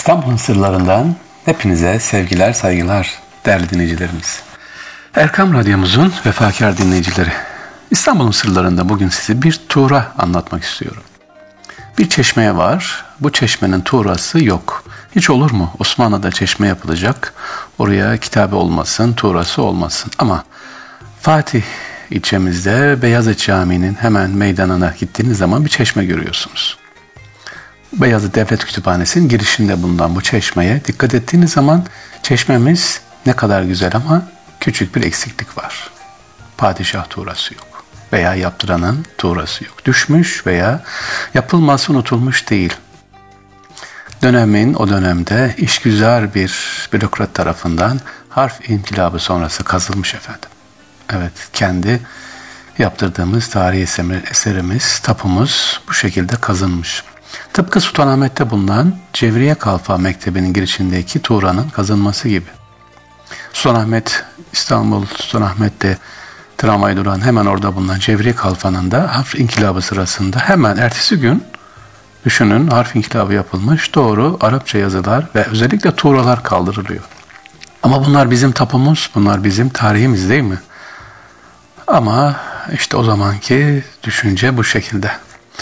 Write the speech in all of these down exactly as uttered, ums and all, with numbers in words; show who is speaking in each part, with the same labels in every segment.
Speaker 1: İstanbul'un sırlarından hepinize sevgiler, saygılar değerli dinleyicilerimiz. Erkam Radyomuzun vefakar dinleyicileri. İstanbul'un sırlarında bugün size bir tuğra anlatmak istiyorum. Bir çeşmeye var, bu çeşmenin tuğrası yok. Hiç olur mu? Osmanlı'da çeşme yapılacak, oraya kitabe olmasın, tuğrası olmasın. Ama Fatih ilçemizde Beyazıt Camii'nin hemen meydanına gittiğiniz zaman bir çeşme görüyorsunuz. Beyazıt Devlet Kütüphanesi'nin girişinde bulunan bu çeşmeye dikkat ettiğiniz zaman çeşmemiz ne kadar güzel ama küçük bir eksiklik var. Padişah tuğrası yok veya yaptıranın tuğrası yok. Düşmüş veya yapılması unutulmuş değil. Dönemin o dönemde işgüzar bir bürokrat tarafından harf inkılabı sonrası kazılmış efendim. Evet, kendi yaptırdığımız tarihi eserimiz, tapumuz bu şekilde kazınmış. Tıpkı Sultanahmet'te bulunan Cevriye Kalfa Mektebi'nin girişindeki tuğranın kazınması gibi. Sultanahmet, İstanbul Sultanahmet'te tramvay duran hemen orada bulunan Cevriye Kalfa'nın da harf inkılabı sırasında hemen ertesi gün düşünün harf inkılabı yapılmış, doğru Arapça yazılar ve özellikle tuğralar kaldırılıyor. Ama bunlar bizim tapumuz, bunlar bizim tarihimiz değil mi? Ama işte o zamanki düşünce bu şekilde.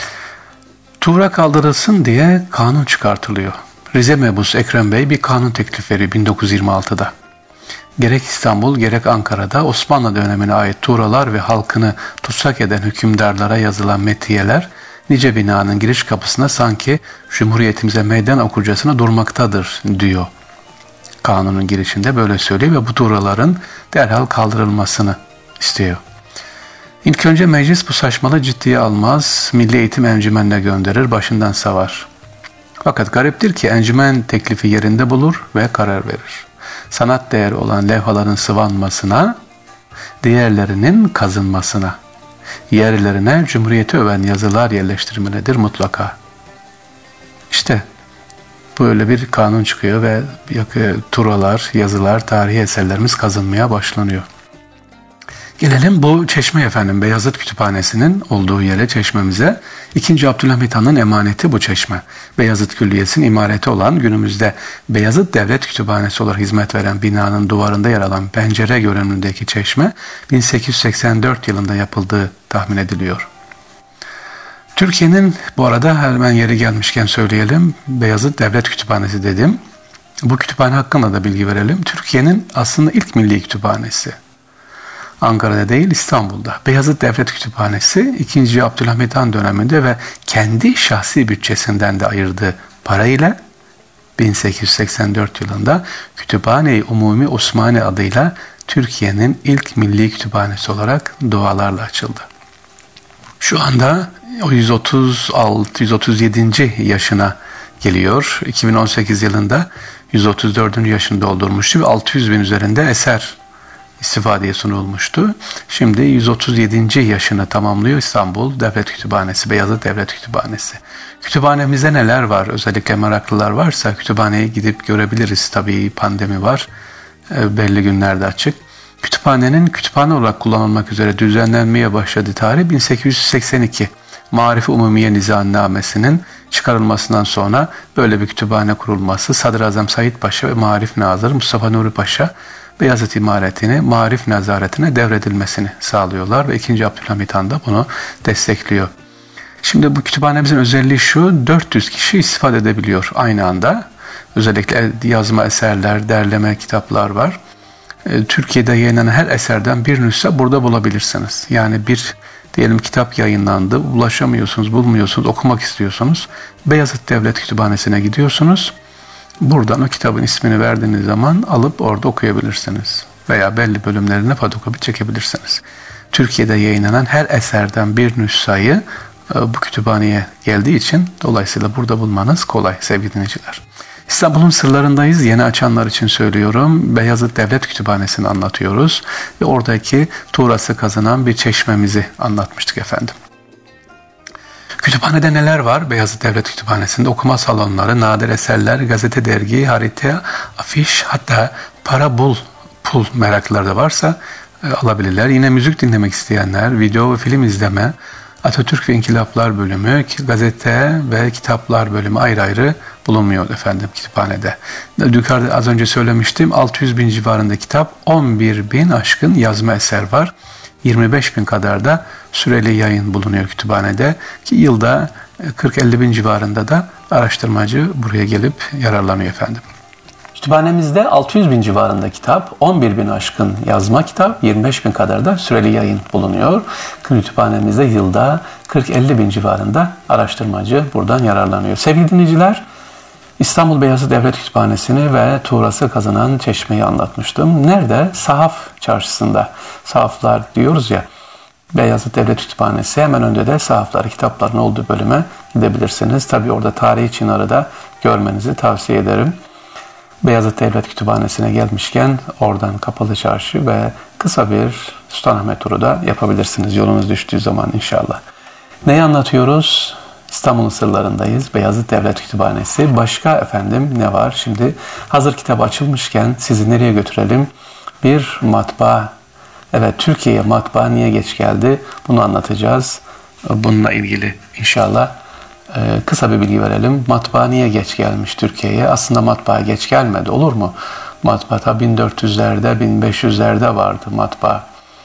Speaker 1: Tuğra kaldırılsın diye kanun çıkartılıyor. Rize Mebusu Ekrem Bey bir kanun teklif veriyor bin dokuz yüz yirmi altıda. Gerek İstanbul gerek Ankara'da Osmanlı dönemine ait tuğralar ve halkını tutsak eden hükümdarlara yazılan metiyeler nice binanın giriş kapısına sanki Cumhuriyetimize meydan okurcasına durmaktadır diyor. Kanunun girişinde böyle söylüyor ve bu tuğraların derhal kaldırılmasını istiyor. İlk önce meclis bu saçmalığı ciddiye almaz, Milli Eğitim Encümenine gönderir, başından savar. Fakat gariptir ki encümen teklifi yerinde bulur ve karar verir. Sanat değeri olan levhaların sıvanmasına, diğerlerinin kazınmasına, yerlerine Cumhuriyeti öven yazılar yerleştirmelidir mutlaka. İşte böyle bir kanun çıkıyor ve tuğralar, yazılar, tarihi eserlerimiz kazınmaya başlanıyor. Gelelim bu çeşme efendim, Beyazıt Kütüphanesi'nin olduğu yere, çeşmemize. İkinci Abdülhamit Han'ın emaneti bu çeşme. Beyazıt Külliyesi'nin imareti olan, günümüzde Beyazıt Devlet Kütüphanesi olarak hizmet veren binanın duvarında yer alan pencere görünümündeki çeşme bin sekiz yüz seksen dört yılında yapıldığı tahmin ediliyor. Türkiye'nin, bu arada hemen yeri gelmişken söyleyelim, Beyazıt Devlet Kütüphanesi dedim. Bu kütüphane hakkında da bilgi verelim. Türkiye'nin aslında ilk milli kütüphanesi. Ankara'da değil, İstanbul'da. Beyazıt Devlet Kütüphanesi ikinci. Abdülhamit Han döneminde ve kendi şahsi bütçesinden de ayırdığı parayla bin sekiz yüz seksen dört yılında Kütüphane-i Umumi Osmani adıyla Türkiye'nin ilk milli kütüphanesi olarak dualarla açıldı. Şu anda o yüz otuz altı yüz otuz yedinci yaşına geliyor. iki bin on sekiz yılında yüz otuz dördüncü yaşını doldurmuştu ve altı yüz bin üzerinde eser istifadeye sunulmuştu. Şimdi yüz otuz yedinci yaşını tamamlıyor İstanbul Devlet Kütüphanesi, Beyazıt Devlet Kütüphanesi. Kütüphanemizde neler var? Özellikle meraklılar varsa kütüphaneye gidip görebiliriz. Tabii pandemi var. E, belli günlerde açık. Kütüphanenin kütüphane olarak kullanılmak üzere düzenlenmeye başladığı tarih bin sekiz yüz seksen iki. Marif-i Umumiye Nizamnamesi'nin çıkarılmasından sonra böyle bir kütüphane kurulması, Sadrazam Said Paşa ve Marif Nazırı Mustafa Nuri Paşa Beyazıt imaretini Marif Nezaretine devredilmesini sağlıyorlar ve ikinci. Abdülhamit Han da bunu destekliyor. Şimdi bu kütüphanemizin özelliği şu, dört yüz kişi istifade edebiliyor aynı anda. Özellikle yazma eserler, derleme kitaplar var. Türkiye'de yayınlanan her eserden bir nüsha burada bulabilirsiniz. Yani bir diyelim kitap yayınlandı, ulaşamıyorsunuz, bulmuyorsunuz, okumak istiyorsunuz. Beyazıt Devlet Kütüphanesi'ne gidiyorsunuz. Buradan o kitabın ismini verdiğiniz zaman alıp orada okuyabilirsiniz. Veya belli bölümlerine fotokopi çekebilirsiniz. Türkiye'de yayınlanan her eserden bir nüshayı bu kütüphaneye geldiği için dolayısıyla burada bulmanız kolay sevgili dinleyiciler. İstanbul'un sırlarındayız. Yeni açanlar için söylüyorum. Beyazıt Devlet Kütüphanesi'ni anlatıyoruz. Ve oradaki tuğrası kazınan bir çeşmemizi anlatmıştık efendim. Kütüphanede neler var? Beyazıt Devlet Kütüphanesi'nde okuma salonları, nadir eserler, gazete, dergi, harita, afiş, hatta para bul, pul meraklıları da varsa e, alabilirler. Yine müzik dinlemek isteyenler, video ve film izleme, Atatürk ve İnkılaplar bölümü, gazete ve kitaplar bölümü ayrı ayrı bulunmuyor efendim kütüphanede. Yukarıda az önce söylemiştim, altı yüz bin civarında kitap, on bir bin aşkın yazma eser var. yirmi beş bin kadar da süreli yayın bulunuyor kütüphanede ki yılda kırk elli bin civarında da araştırmacı buraya gelip yararlanıyor efendim. Kütüphanemizde altı yüz bin civarında kitap, on bir bin aşkın yazma kitap, yirmi beş bin kadar da süreli yayın bulunuyor. Kütüphanemizde yılda kırk elli bin civarında araştırmacı buradan yararlanıyor. Sevgili dinleyiciler, İstanbul Beyazıt Devlet Kütüphanesi'ni ve tuğrası kazanan Çeşme'yi anlatmıştım. Nerede? Sahaf Çarşısı'nda. Sahaflar diyoruz ya, Beyazıt Devlet Kütüphanesi hemen önde de sahafları, kitapların olduğu bölüme gidebilirsiniz. Tabii orada Tarihi Çınar'ı da görmenizi tavsiye ederim. Beyazıt Devlet Kütüphanesi'ne gelmişken oradan Kapalı Çarşı ve kısa bir Sultanahmet turu da yapabilirsiniz yolunuz düştüğü zaman inşallah. Neyi anlatıyoruz? İstanbul'un sırlarındayız. Beyazıt Devlet Kütüphanesi. Başka efendim ne var? Şimdi hazır kitap açılmışken sizi nereye götürelim? Bir matbaa. Evet, Türkiye'ye matbaa niye geç geldi? Bunu anlatacağız. Bununla ilgili inşallah e, kısa bir bilgi verelim. Matbaa niye geç gelmiş Türkiye'ye? Aslında matbaa geç gelmedi. Olur mu? Matbaa bin dört yüzlerde, bin beş yüzlerde vardı matbaa.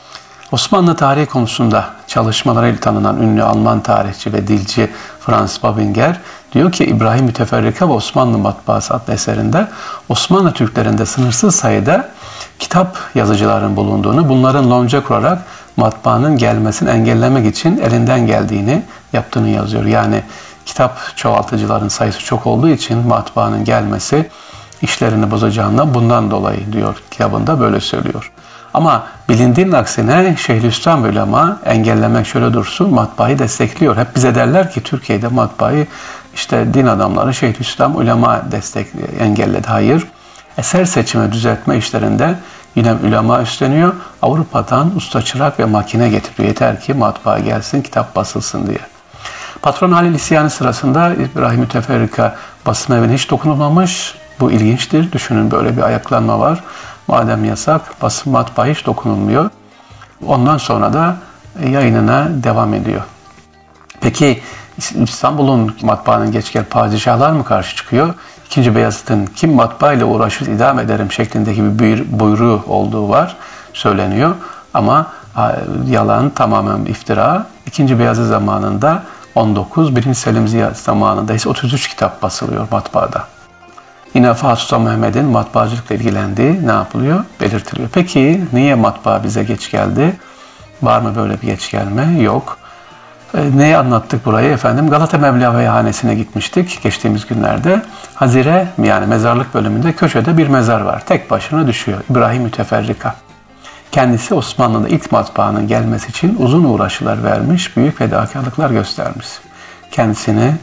Speaker 1: Osmanlı tarihi konusunda çalışmalarıyla tanınan ünlü Alman tarihçi ve dilci Franz Babinger diyor ki İbrahim Müteferrika ve Osmanlı Matbaası adlı eserinde Osmanlı Türklerinde sınırsız sayıda kitap yazıcıların bulunduğunu, bunların lonca kurarak matbaanın gelmesini engellemek için elinden geldiğini yaptığını yazıyor. Yani kitap çoğaltıcıların sayısı çok olduğu için matbaanın gelmesi işlerini bozacağından bundan dolayı diyor kitabında, böyle söylüyor. Ama bilindiğinin aksine Şeyhülislam ulema engellemek şöyle dursun, matbaayı destekliyor. Hep bize derler ki Türkiye'de matbaayı işte din adamları Şeyhülislam ulema destek engelledi. Hayır. Eser seçimi düzeltme işlerinde yine ulema üstleniyor. Avrupa'dan usta çırak ve makine getiriyor. Yeter ki matbaa gelsin, kitap basılsın diye. Patron Halil isyanı sırasında İbrahim Müteferrika basım evine hiç dokunulmamış. Bu ilginçtir. Düşünün, böyle bir ayaklanma var. Madem yasak, basın matbaa hiç dokunulmuyor. Ondan sonra da yayınına devam ediyor. Peki İstanbul'un matbaanın geç gel padişahlar mı karşı çıkıyor? İkinci Beyazıt'ın kim matbaa ile uğraşır idam ederim şeklindeki bir buyruğu olduğu var, söyleniyor. Ama yalan, tamamen iftira. İkinci Beyazıt zamanında on dokuz, birinci Selim Ziya zamanında ise otuz üç kitap basılıyor matbaada. Yine Fatih Sultan Mehmet'in matbaacılıkla ilgilendiği ne yapılıyor? Belirtiliyor. Peki niye matbaa bize geç geldi? Var mı böyle bir geç gelme? Yok. E, neyi anlattık burayı efendim? Galata Mevlava'ya gitmiştik geçtiğimiz günlerde. Hazire, yani mezarlık bölümünde köşede bir mezar var. Tek başına düşüyor. İbrahim Müteferrika. Kendisi Osmanlı'da ilk matbaanın gelmesi için uzun uğraşılar vermiş, büyük fedakarlıklar göstermiş. Kendisini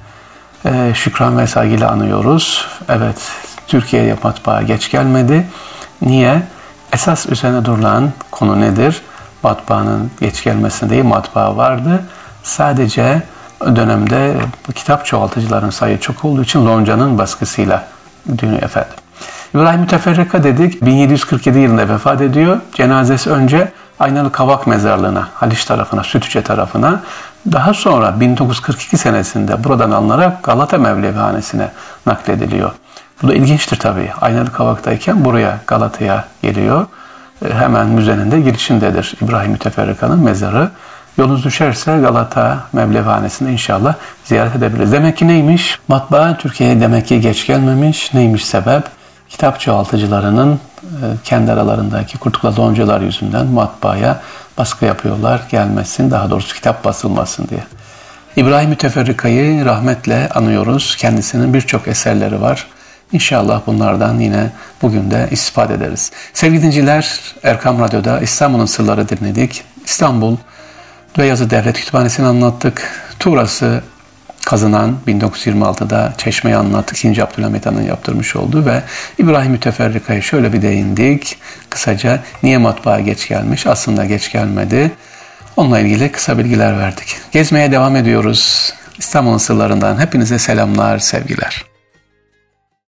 Speaker 1: e, şükran ve saygıyla anıyoruz. Evet, Türkiye'ye matbaa geç gelmedi. Niye? Esas üzerine durulan konu nedir? Matbaanın geç gelmesinde değil, matbaa vardı. Sadece dönemde bu kitap çoğaltıcıların sayı çok olduğu için loncanın baskısıyla dönüyor efendim. İbrahim Müteferrika dedik, bin yedi yüz kırk yedi yılında vefat ediyor. Cenazesi önce Aynalı Kavak Mezarlığı'na, Haliç tarafına, Sütüce tarafına, daha sonra bin dokuz yüz kırk iki senesinde buradan alınarak Galata Mevlevihanesi'ne naklediliyor. Bu da ilginçtir tabii. Aynalı Kavak'tayken buraya, Galata'ya geliyor. Hemen müzenin de girişindedir İbrahim Müteferrika'nın mezarı. Yolunuz düşerse Galata Mevlevihanesi'ni inşallah ziyaret edebiliriz. Demek ki neymiş? Matbaa Türkiye'ye demek ki geç gelmemiş. Neymiş sebep? Kitap çoğaltıcılarının kendi aralarındaki kurtukla loncalar yüzünden matbaaya baskı yapıyorlar, gelmesin, daha doğrusu kitap basılmasın diye. İbrahim Müteferrika'yı rahmetle anıyoruz. Kendisinin birçok eserleri var. İnşallah bunlardan yine bugün de istifade ederiz. Sevgili dinleyiciler, Erkam Radyo'da İstanbul'un Sırları dinledik. İstanbul Beyazıt Devlet Kütüphanesi'ni anlattık. Tuğrası kazınan bin dokuz yüz yirmi altıda Çeşme'yi anlattık. ikinci. Abdülhamit Han'ın yaptırmış olduğu ve İbrahim Müteferrika'ya şöyle bir değindik. Kısaca niye matbaa geç gelmiş? Aslında geç gelmedi. Onunla ilgili kısa bilgiler verdik. Gezmeye devam ediyoruz. İstanbul'un sırlarından hepinize selamlar, sevgiler.